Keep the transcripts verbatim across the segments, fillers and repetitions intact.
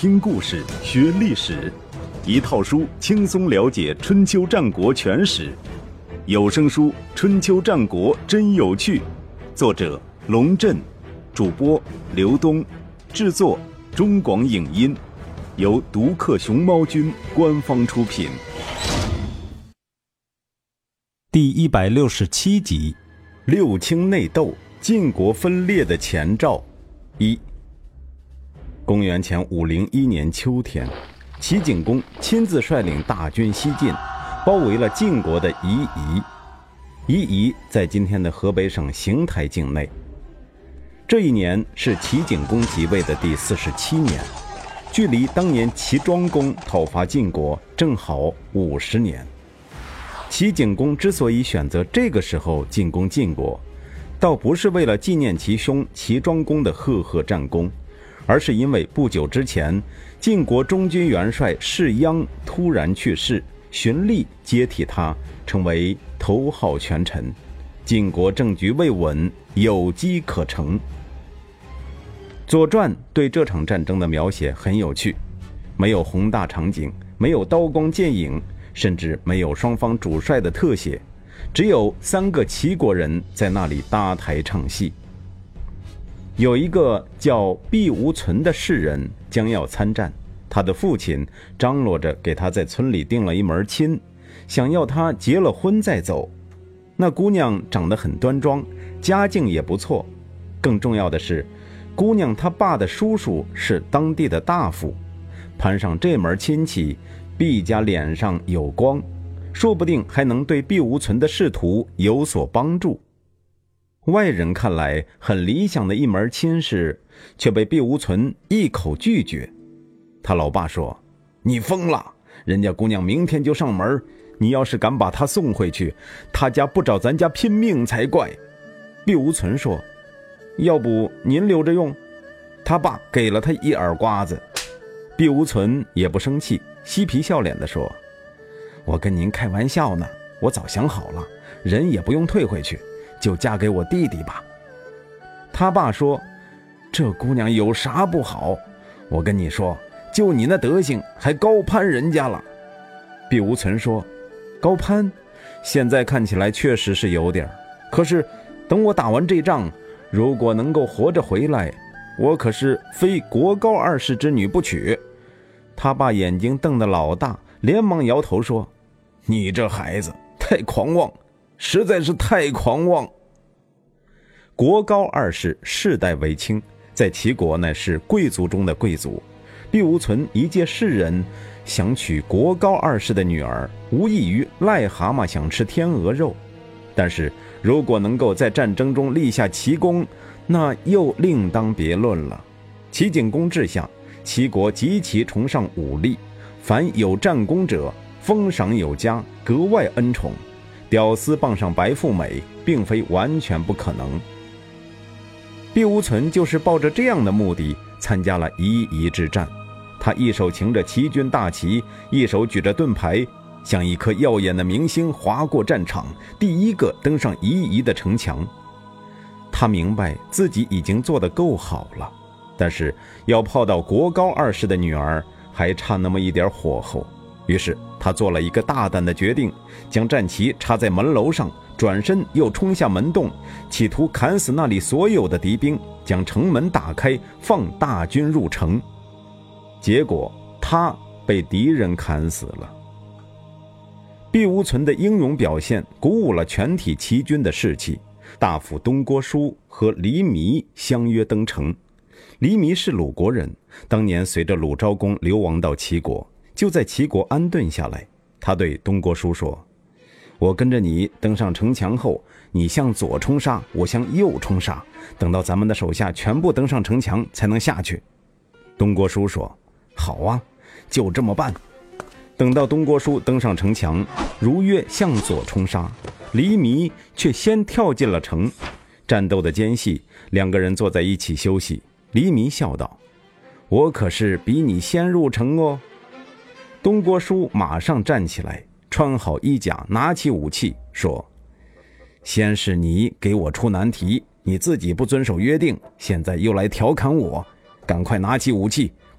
听故事学历史，一套书轻松了解春秋战国全史。有声书《春秋战国真有趣》，作者龙震，主播刘东，制作中广影音，由独克熊猫君官方出品。第一百六十七集，六卿内斗，晋国分裂的前兆。一，公元前五零一年秋天，齐景公亲自率领大军西进，包围了晋国的夷夷。夷夷在今天的河北省邢台境内。这一年是齐景公即位的第四十七年，距离当年齐庄公讨伐晋国正好五十年。齐景公之所以选择这个时候进攻晋国，倒不是为了纪念其兄齐庄公的赫赫战功，而是因为不久之前晋国中军元帅士鞅突然去世，荀彧接替他成为头号权臣，晋国政局未稳，有机可乘。左传对这场战争的描写很有趣，没有宏大场景，没有刀光剑影，甚至没有双方主帅的特写，只有三个齐国人在那里搭台唱戏。有一个叫毕无存的士人将要参战，他的父亲张罗着给他在村里定了一门亲，想要他结了婚再走。那姑娘长得很端庄，家境也不错，更重要的是姑娘她爸的叔叔是当地的大夫，攀上这门亲戚，毕家脸上有光，说不定还能对毕无存的仕途有所帮助。外人看来很理想的一门亲事，却被毕无存一口拒绝。他老爸说：“你疯了，人家姑娘明天就上门，你要是敢把她送回去，他家不找咱家拼命才怪。”毕无存说：“要不您留着用？”他爸给了他一耳刮子。毕无存也不生气，嬉皮笑脸地说：“我跟您开玩笑呢，我早想好了，人也不用退回去，就嫁给我弟弟吧。”他爸说：“这姑娘有啥不好？我跟你说，就你那德行，还高攀人家了。”毕无存说：“高攀？现在看起来确实是有点，可是等我打完这仗，如果能够活着回来，我可是非国高二世之女不娶。”他爸眼睛瞪得老大，连忙摇头说：“你这孩子太狂妄，实在是太狂妄。”国高二世世代为卿，在齐国乃是贵族中的贵族。毕无存一介士人想娶国高二世的女儿，无异于癞蛤蟆想吃天鹅肉。但是如果能够在战争中立下奇功，那又另当别论了。齐景公治下，齐国极其崇尚武力，凡有战功者封赏有加，格外恩宠，屌丝傍上白富美并非完全不可能。毕无存就是抱着这样的目的参加了夷夷之战，他一手擎着齐军大旗，一手举着盾牌，像一颗耀眼的明星划过战场，第一个登上夷夷的城墙。他明白自己已经做得够好了，但是要泡到国高二世的女儿还差那么一点火候。于是他做了一个大胆的决定，将战旗插在门楼上，转身又冲下门洞，企图砍死那里所有的敌兵，将城门打开，放大军入城。结果他被敌人砍死了。毕无存的英勇表现鼓舞了全体齐军的士气，大夫东郭舒和黎弥相约登城。黎弥是鲁国人，当年随着鲁昭公流亡到齐国，就在齐国安顿下来。他对东郭舒说：“我跟着你登上城墙后，你向左冲杀，我向右冲杀，等到咱们的手下全部登上城墙才能下去。”东郭舒说：“好啊，就这么办。”等到东郭舒登上城墙，如约向左冲杀，黎弥却先跳进了城。战斗的间隙，两个人坐在一起休息。黎弥笑道：“我可是比你先入城哦。”东郭舒马上站起来，穿好衣甲，拿起武器，说：“先是你给我出难题，你自己不遵守约定，现在又来调侃我，赶快拿起武器，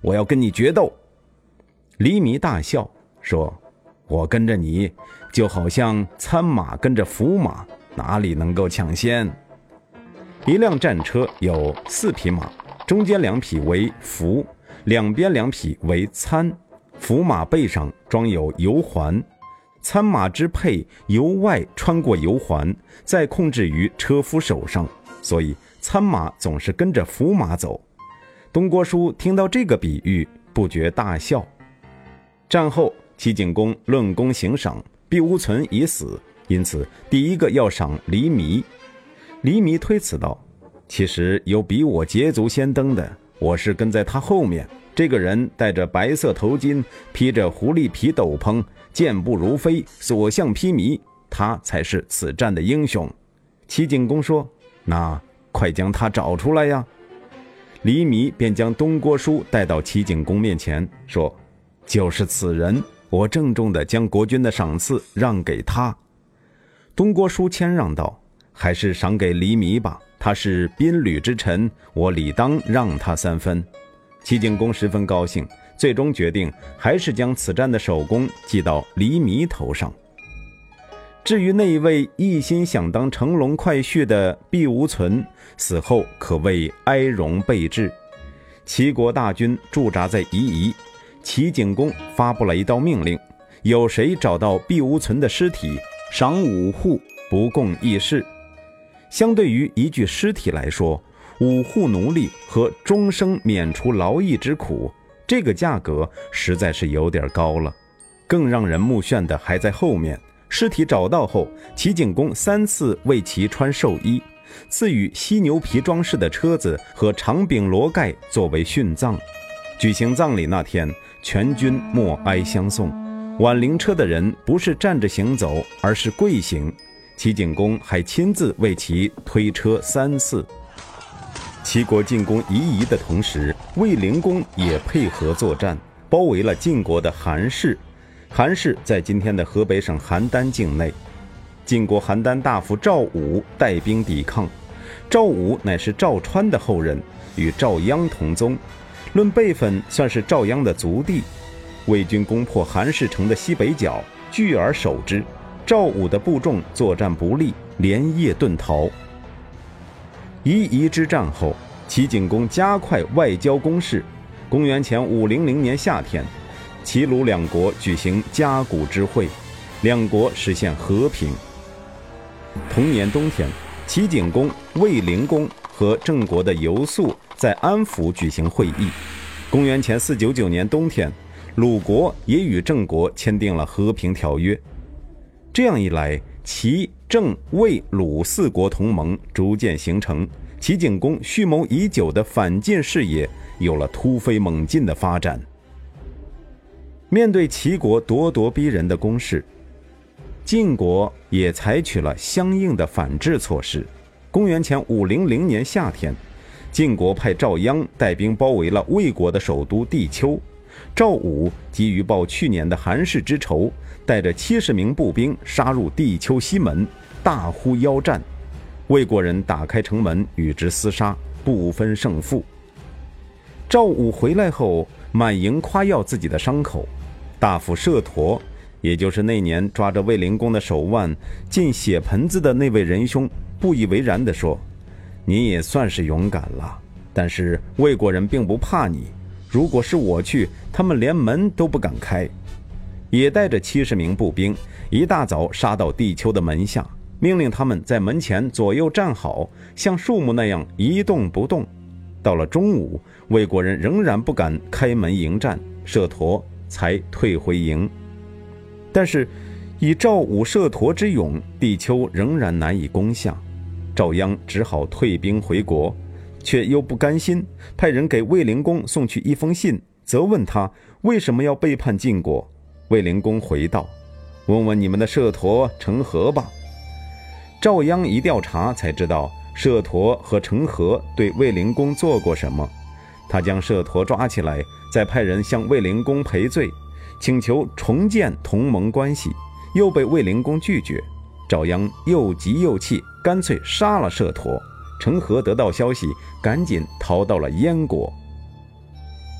我要跟你决斗。黎弥大笑说，我跟着你就好像参马跟着伏马，哪里能够抢先？一辆战车有四匹马，中间两匹为伏，两边两匹为参。伏马背上装有油环，参马之配由外穿过油环，再控制于车夫手上，所以参马总是跟着伏马走。东郭叔听到这个比喻，不觉大笑。战后齐景公论功行赏，毕乌存已死，因此第一个要赏黎弥。黎弥推辞道，其实有比我捷足先登的，我是跟在他后面。这个人戴着白色头巾，披着狐狸皮斗篷，健步如飞，所向披靡，他才是此战的英雄。齐景公说，那快将他找出来呀。黎弥便将东郭叔带到齐景公面前，说，就是此人，我郑重地将国君的赏赐让给他。东郭叔谦让道，还是赏给黎弥吧，他是宾旅之臣，我理当让他三分。齐景公十分高兴，最终决定还是将此战的首功记到黎弥头上。至于那一位一心想当乘龙快婿的毕无存，死后可谓哀荣备至。齐国大军驻扎在夷夷，齐景公发布了一道命令，有谁找到毕无存的尸体，赏五户，不共议事。相对于一具尸体来说，五户奴隶和终生免除劳役之苦，这个价格实在是有点高了。更让人目眩的还在后面，尸体找到后，齐景公三次为其穿寿衣，赐予犀牛皮装饰的车子和长柄罗盖作为殉葬。举行葬礼那天，全军默哀相送，挽灵车的人不是站着行走，而是跪行。齐景公还亲自为其推车三次。齐国进攻夷夷的同时，卫灵公也配合作战，包围了晋国的韩氏。韩氏在今天的河北省邯郸境内。晋国邯郸大夫赵武带兵抵抗。赵武乃是赵川的后人，与赵鞅同宗，论辈分算是赵鞅的族弟。魏军攻破韩氏城的西北角，拒而守之。赵武的部众作战不利，连夜遁逃。夷夷之战后，齐景公加快外交攻势。公元前五零零年夏天，齐鲁两国举行嘉谷之会，两国实现和平。同年冬天，齐景公、卫灵公和郑国的游宿在安抚举行会议。公元前四九九年冬天，鲁国也与郑国签订了和平条约。这样一来，齐、郑、魏、鲁四国同盟逐渐形成，齐景公蓄谋已久的反晋事业有了突飞猛进的发展。面对齐国咄咄逼人的攻势，晋国也采取了相应的反制措施。公元前五零零年夏天，晋国派赵鞅带兵包围了魏国的首都地丘。赵武急于报去年的韩氏之仇，带着七十名步兵杀入地丘西门，大呼邀战。魏国人打开城门与之厮杀，不分胜负。赵武回来后满营夸耀自己的伤口。大夫舍陀，也就是那年抓着卫灵公的手腕进血盆子的那位仁兄，不以为然地说，你也算是勇敢了，但是魏国人并不怕你，如果是我去，他们连门都不敢开。也带着七十名步兵，一大早杀到地丘的门下，命令他们在门前左右站好，像树木那样一动不动。到了中午，魏国人仍然不敢开门迎战，舍陀才退回营。但是以赵武舍陀之勇，地丘仍然难以攻下。赵鞅只好退兵回国，却又不甘心，派人给卫灵公送去一封信，责问他为什么要背叛晋国。卫灵公回道，问问你们的舍陀成何吧。赵鞅一调查才知道舍陀和成何对卫灵公做过什么。他将舍陀抓起来，再派人向卫灵公赔罪，请求重建同盟关系，又被卫灵公拒绝。赵鞅又急又气，干脆杀了舍陀。成何得到消息，赶紧逃到了燕国。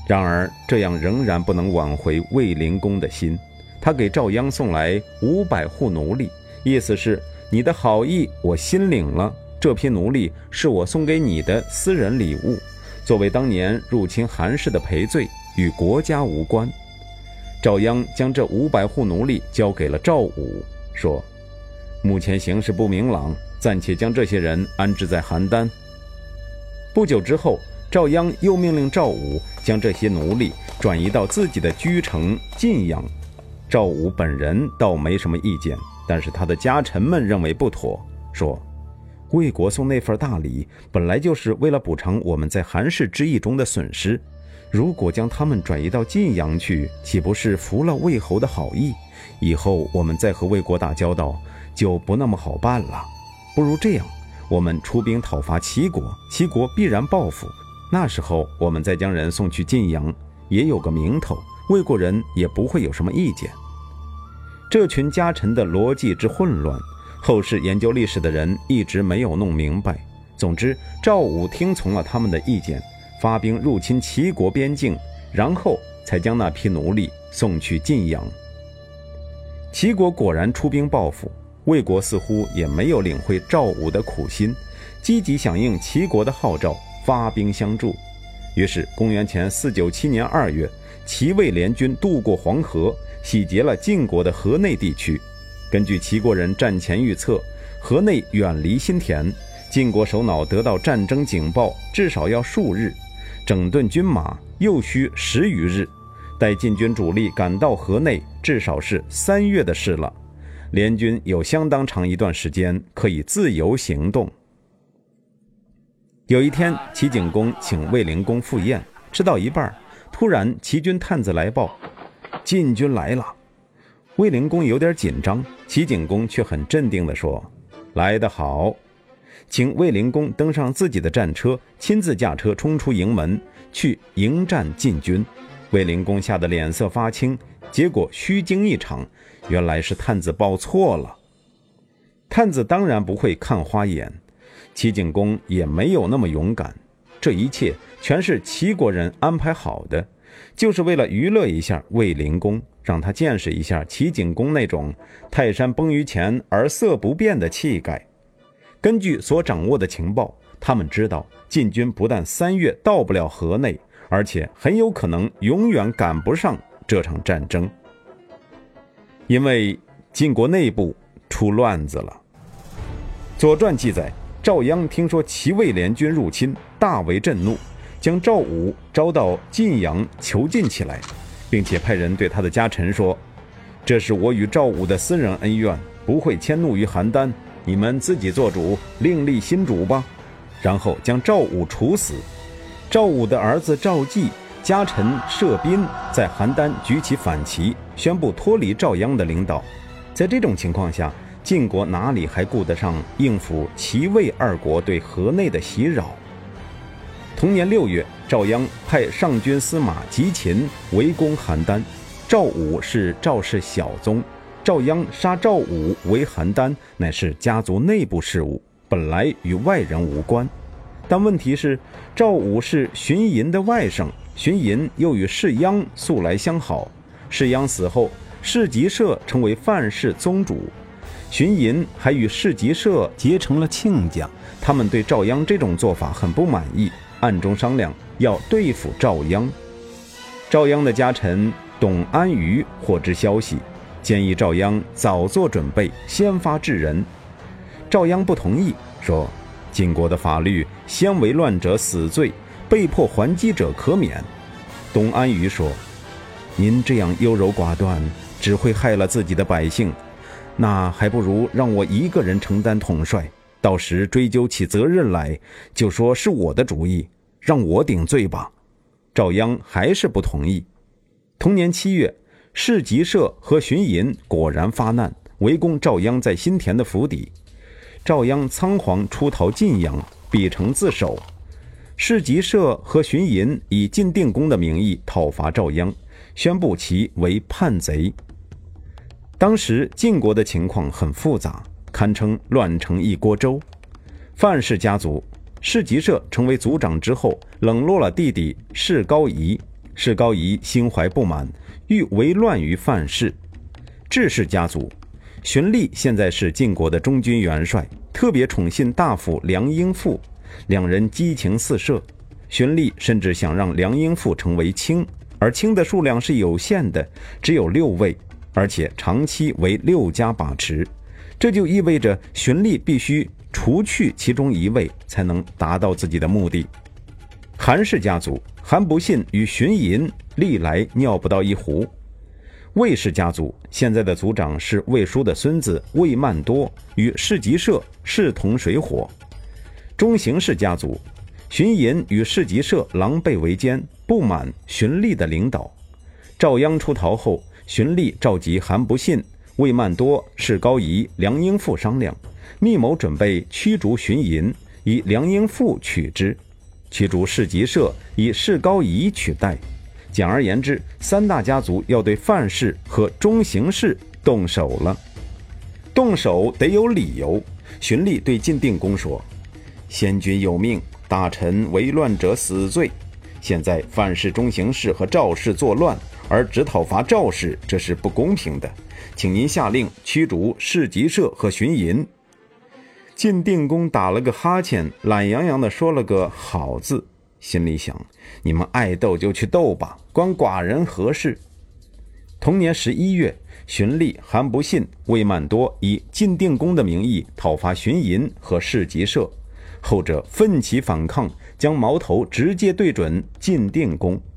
然而这样仍然不能挽回卫灵公的心，他给赵鞅送来五百户奴隶，意思是你的好意我心领了，这批奴隶是我送给你的私人礼物，作为当年入侵韩氏的赔罪，与国家无关。赵鞅将这五百户奴隶交给了赵武，说目前形势不明朗，暂且将这些人安置在邯郸。不久之后，赵鞅又命令赵武将这些奴隶转移到自己的居城晋阳。赵武本人倒没什么意见，但是他的家臣们认为不妥，说魏国送那份大礼本来就是为了补偿我们在韩氏之役中的损失，如果将他们转移到晋阳去，岂不是服了魏侯的好意？以后我们再和魏国打交道就不那么好办了。不如这样，我们出兵讨伐齐国，齐国必然报复，那时候我们再将人送去晋阳，也有个名头，魏国人也不会有什么意见。这群家臣的逻辑之混乱，后世研究历史的人一直没有弄明白。总之，赵武听从了他们的意见，发兵入侵齐国边境，然后才将那批奴隶送去晋阳。齐国果然出兵报复，魏国似乎也没有领会赵武的苦心，积极响应齐国的号召，发兵相助。于是公元前四九七年二月，齐魏联军渡过黄河，洗劫了晋国的河内地区。根据齐国人战前预测，河内远离新田，晋国首脑得到战争警报至少要数日，整顿军马又需十余日，待晋军主力赶到河内，至少是三月的事了。联军有相当长一段时间可以自由行动。有一天，齐景公请卫灵公赴宴，吃到一半，突然齐军探子来报，晋军来了。卫灵公有点紧张，齐景公却很镇定地说，来得好，请卫灵公登上自己的战车，亲自驾车冲出营门，去迎战晋军。卫灵公吓得脸色发青，结果虚惊一场，原来是探子报错了。探子当然不会看花眼，齐景公也没有那么勇敢，这一切全是齐国人安排好的，就是为了娱乐一下卫灵公，让他见识一下齐景公那种泰山崩于前而色不变的气概。根据所掌握的情报，他们知道晋军不但三月到不了河内，而且很有可能永远赶不上这场战争。因为晋国内部出乱子了。左传记载，赵鞅听说齐魏联军入侵，大为震怒，将赵武招到晋阳囚禁起来，并且派人对他的家臣说，这是我与赵武的私人恩怨，不会迁怒于邯郸，你们自己做主，另立新主吧。然后将赵武处死。赵武的儿子赵季、家臣射宾在邯郸举起反旗，宣布脱离赵鞅的领导。在这种情况下，晋国哪里还顾得上应付齐魏二国对河内的袭扰？同年六月，赵鞅派上军司马吉秦围攻邯郸。赵武是赵氏小宗，赵鞅杀赵武为邯郸，乃是家族内部事务，本来与外人无关。但问题是，赵武是荀寅的外甥，荀寅又与士鞅素来相好。士鞅死后，士吉社成为范氏宗主，荀寅还与士吉社结成了亲家。他们对赵鞅这种做法很不满意，暗中商量要对付赵鞅。赵鞅的家臣董安于获知消息，建议赵鞅早做准备，先发制人。赵鞅不同意，说晋国的法律，先为乱者死罪，被迫还击者可免。董安于说，您这样优柔寡断，只会害了自己的百姓，那还不如让我一个人承担统帅，到时追究起责任来，就说是我的主意，让我顶罪吧。赵鞅还是不同意。同年七月，士吉社和荀寅果然发难，围攻赵鞅在新田的府邸。赵鞅仓皇出逃晋阳，闭城自守。士吉社和荀寅以晋定公的名义讨伐赵鞅，宣布其为叛贼。当时晋国的情况很复杂，堪称乱成一锅粥。范氏家族，士吉社成为族长之后，冷落了弟弟士高仪， 士高仪心怀不满，欲为乱于范氏。智氏家族，荀立现在是晋国的中军元帅，特别宠信大夫梁婴父，两人激情四射。荀立甚至想让梁婴父成为卿，而卿的数量是有限的，只有六位，而且长期为六家把持。这就意味着荀立必须除去其中一位，才能达到自己的目的。韩氏家族，韩不信与荀寅历来尿不到一壶。魏氏家族，现在的族长是魏书的孙子魏曼多，与士吉社势同水火。中行氏家族，荀寅与士吉社狼狈为奸，不满荀立的领导。赵鞅出逃后，荀立召集韩不信、魏曼多、士高仪、梁婴父商量，密谋准备驱逐荀寅，以梁婴父取之；驱逐士吉社，以士高仪取代。简而言之，三大家族要对范氏和中行氏动手了。动手得有理由。荀立对晋定公说：“先君有命，大臣为乱者死罪。现在范氏、中行氏和赵氏作乱，而只讨伐赵氏，这是不公平的。请您下令驱逐士吉社和荀寅。”晋定公打了个哈欠，懒洋洋地说了个好字，心里想：你们爱斗就去斗吧，关寡人何事？同年十一月，荀立、韩不信、魏曼多以晋定公的名义讨伐荀寅和士吉社，后者奋起反抗，将矛头直接对准晋定公。